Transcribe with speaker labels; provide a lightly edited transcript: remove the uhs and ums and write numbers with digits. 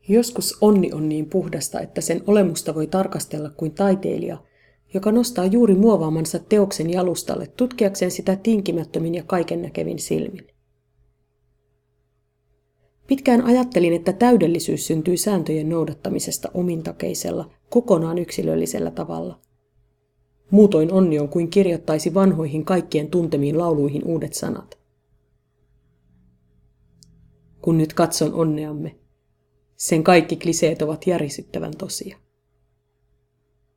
Speaker 1: Joskus onni on niin puhdasta, että sen olemusta voi tarkastella kuin taiteilija, joka nostaa juuri muovaamansa teoksen jalustalle tutkiakseen sitä tinkimättömin ja kaikennäkevin silmin. Pitkään ajattelin, että täydellisyys syntyy sääntöjen noudattamisesta omintakeisella, kokonaan yksilöllisellä tavalla. Muutoin onni on kuin kirjoittaisi vanhoihin kaikkien tuntemiin lauluihin uudet sanat. Kun nyt katson onneamme, sen kaikki kliseet ovat järisyttävän tosia.